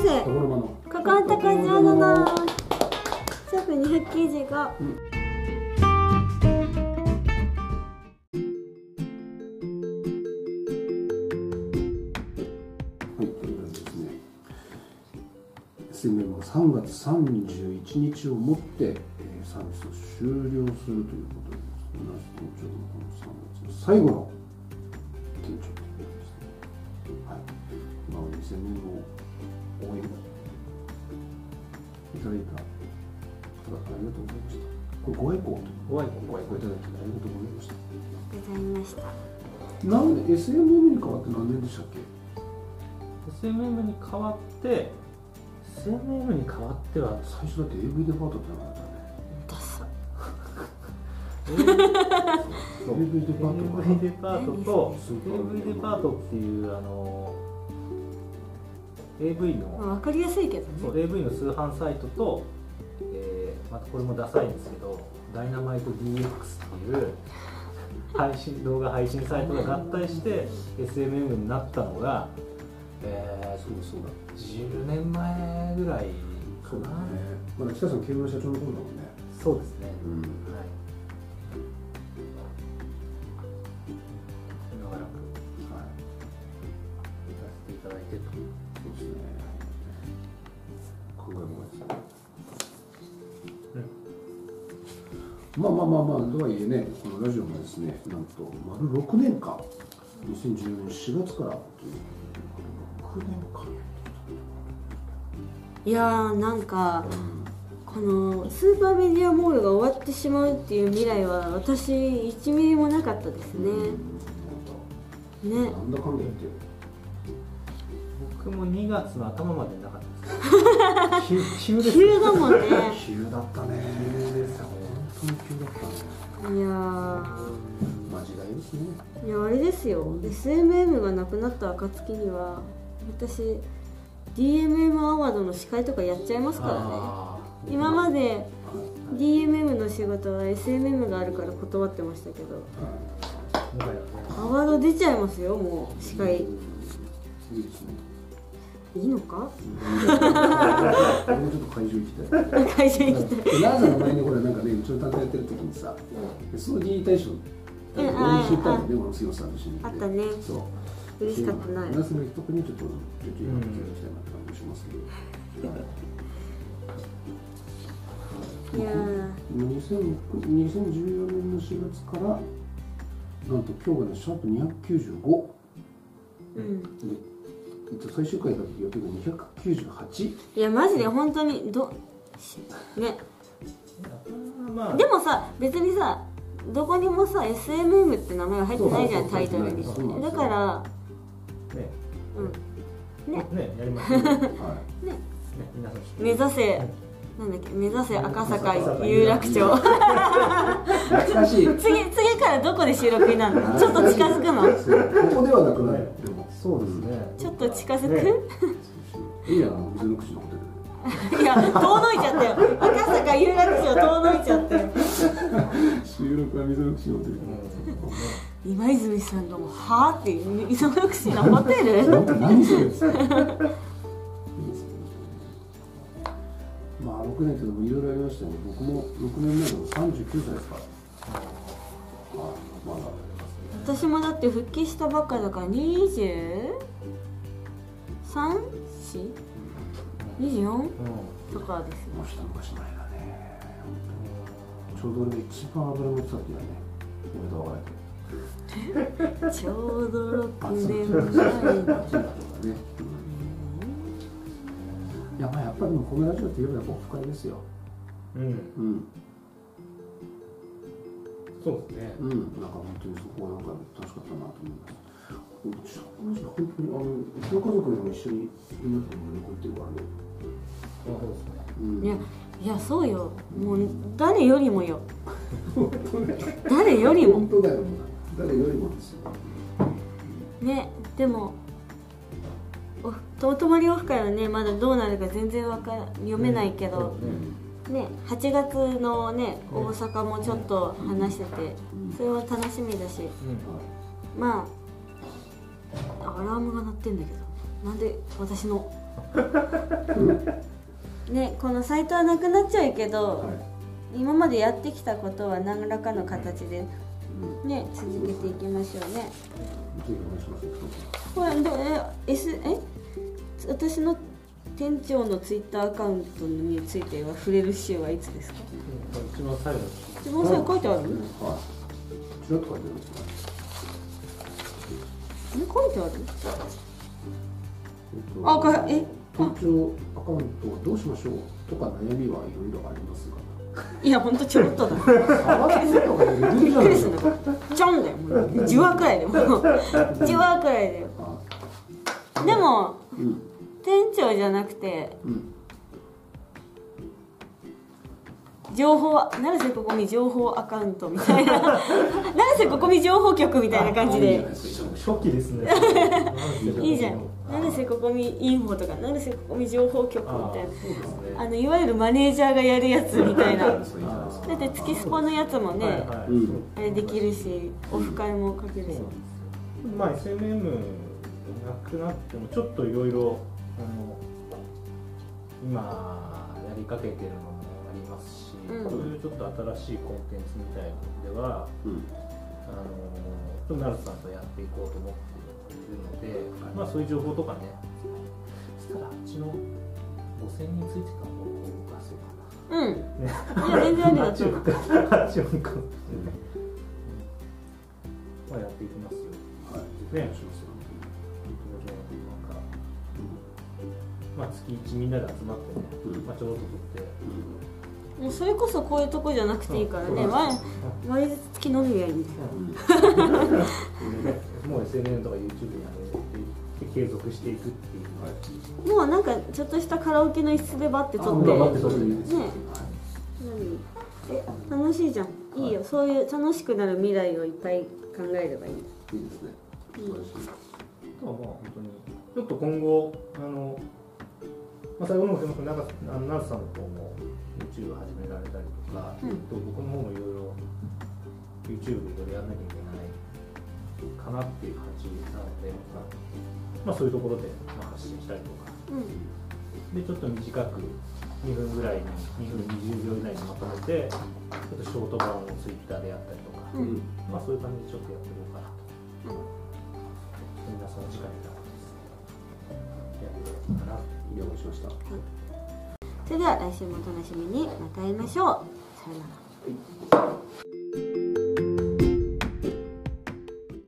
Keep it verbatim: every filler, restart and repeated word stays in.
せ。かかった感じだな。シャープにひゃくきゅうじゅうご。 エスエムエム はさんがつさんじゅういちにちをもって、えー、サービスを終了するということで、同じ店長のこのさんがつの最後の店長ということですね。はい。今まで エスエムエム を応援いただいた方々ありがとうございました。これご愛顧というご愛顧ご愛顧いただきありがとうございました。 ございました。 なんで エスエムエム に変わって何年でしたっけ？ エスエムエム に変わって エスエムエム に変わっては最初だって エーブイ デパートってなかったね。 ダサ。 エーブイ デパート エーブイ デパートと エーブイ デパートっていうあの エーブイ の分かりやすいけどね。 そう エーブイ の通販サイトと、えー、またこれもダサいんですけどダイナマイト ディーエックス っていう配信動画配信サイトが合体して エスエムエム になったのが、えー、そうそうだじゅうねんまえぐらいかな。 まだ北さん、慶応の社長の頃だもんね。 そうですね。 うん、はい。 長らくはいさせていただいてと。 そうですね。考えもですね。うん。まあまあまあまあとはいえね、このラジオもですね、なんと丸ろくねんかん、にせんじゅうよねんしがつからというろくねんかん。 いやーなんか、このスーパーメディアモールが終わってしまうっていう未来は私いちミリもなかったですね。ね。 なんだかんだ言って僕もにがつの頭までなかったです。急です。 急だもんね。 急だったね。急ですよ。本当に急だったね。 いやー。 マジがいいですね。 いやあれですよ。エスエムエム がなくなった暁には私。ディーエムエム アワードの司会とかやっちゃいますからね。今まで ディーエムエム の仕事は エスエムエム があるから断ってましたけど、アワード出ちゃいますよ、もう司会。いいですね。 いいのか？ 俺もちょっと会場行きたい。 会場行きたい。 ラーザの前にほらなんかね、うちの探偵やってる時にさ、その議員大賞応援しに行ったんだよね、この杉本さんと一緒に。 あったね。 そう。 嬉しかったな。 ナスの特にちょっとちょいちょいやっていきたいなって感じしますけど。いやにせんじゅうよねんのしがつからなんと今日がねシャープにひゃくきゅうじゅうご。うん。で、最終回が予定がにひゃくきゅうじゅうはち。 いやマジで本当にどね。でもさ別にさどこにもさ エスエムエム って名前は入ってないじゃんタイトルに。だから。 ね、 うん、ね、 ね、やりますね。ね、 目指せ、なんだっけ、目指せ赤坂有楽町。 懐かしい。 次、次からどこで収録になるの？ちょっと近づくの？ ここではなくない。でも、 そうですね。 ちょっと近づく？ いいやん、水の口のホテル。 いや、遠のいちゃったよ。赤坂有楽町遠のいちゃったよ。 収録は水の口のホテル。 今泉さんのもはーっていう水の口のホテル？ 何それですか？まあろくねんっていうのもいろいろありましたね。僕もろくねんまえでもさんじゅうきゅうさいですから。まだ私もだって復帰したばっかだからにじゅうさん、よん、にじゅうよんとかですよ。 もう一昔前だね。ちょうど俺が一番脂乗ってたっていうね。梅田分かれて。 ちょうどろくねんまえ。 いやまあやっぱりでもこのラジオって言えばオフ会ですよ。うん。うん。 そうですね。 うん。なんか本当にそこはなんか楽しかったなと思います。本当にあのうちの家族でも一緒にみんなで旅行行ってるからね。 あ、そうですね。 うん。 いやいやそうよ。もう誰よりもよ。誰よりも。 本当だよ。誰よりもですよ。 ね、でもお泊まりオフ会はねまだどうなるか全然わか読めないけど、ね、はちがつのね大阪もちょっと話しててそれは楽しみだし、まあアラームが鳴ってんだけどなんで私のね、このサイトはなくなっちゃうけど、 はい、 今までやってきたことは何らかの形で、ね、続けていきましょうね。 ぜひお願いします。 これでえ S え私の店長のツイッターアカウントについては触れる週はいつですか？ 一番最後の一番最後書いてある？ はい。ちらっと書いてあるんですか？ え、書いてある？ えっと、 あ、これえ店長アカウントはどうしましょうとか悩みはいろいろありますが。 いや、ほんとちょろっとだ。 触ってるのがいるびっくりじゃないですするの。ちょんだよ。もうじゅわくらいでもう。じゅわくらいだよ。 か。 でも、 うん店長じゃなくて、 うん。 情報、成瀬ここみ情報アカウントみたいな。成瀬ここみ情報局みたいな感じで。 初期ですね。 いいじゃん。成瀬ここみインフォとか、成瀬ここみ情報局みたいな。 そうですね。 あのいわゆるマネージャーがやるやつみたいな。だそういいじゃないですか。 って月スポのやつもね、 はいはいうんあれできるし、オフ会もかけるし。 まあ エスエムエム なくなってもちょっといろいろあの今やりかけてるのもありますし、 うんそういうちょっと新しいコンテンツみたいのでは、 うんあのちょっとナルトさんとやっていこうと思っているので、まあそういう情報とかね、そしたらあっちのごせんにんついてた方を動かそうかな。 うん。 ね、 いや、全然ありだと思う。 あっちを向こうってね、まあやっていきますよ。 はい。 ねお願いしますよ。 なんか、まあ月いちみんなで集まってね、 うんまあちょろっと撮って、 もうそれこそこういうとこじゃなくていいからね、毎毎日月飲みやいいんだよ。 もう エスエヌエヌ とか YouTube に上げて継続していくっていう。 もうなんかちょっとしたカラオケの一室でバッて撮って、 あバッて撮っていいね、何え楽しいじゃん。いいよ、そういう楽しくなる未来をいっぱい考えればいい。 いいですね。素晴らしい。 まあまあ本当にちょっと今後あの、まあ、最後の方もなんかあのナルさんの方も YouTube 始められたりとか、 うんと僕の方もいろいろ YouTube いろいろやんなきゃいけないかなっていう感じなので、まあそういうところでまあ発信したりとか、 うん。 でちょっと短くにふんぐらいににふんにじゅうびょう以内にまとめてちょっとショート版を Twitter でやったりとか、 うんまあそういう感じでちょっとやっていこうかなと。みんなその時間になってやっていこうかな。 了解しました。 それでは来週もお楽しみに。また会いましょう。さよなら。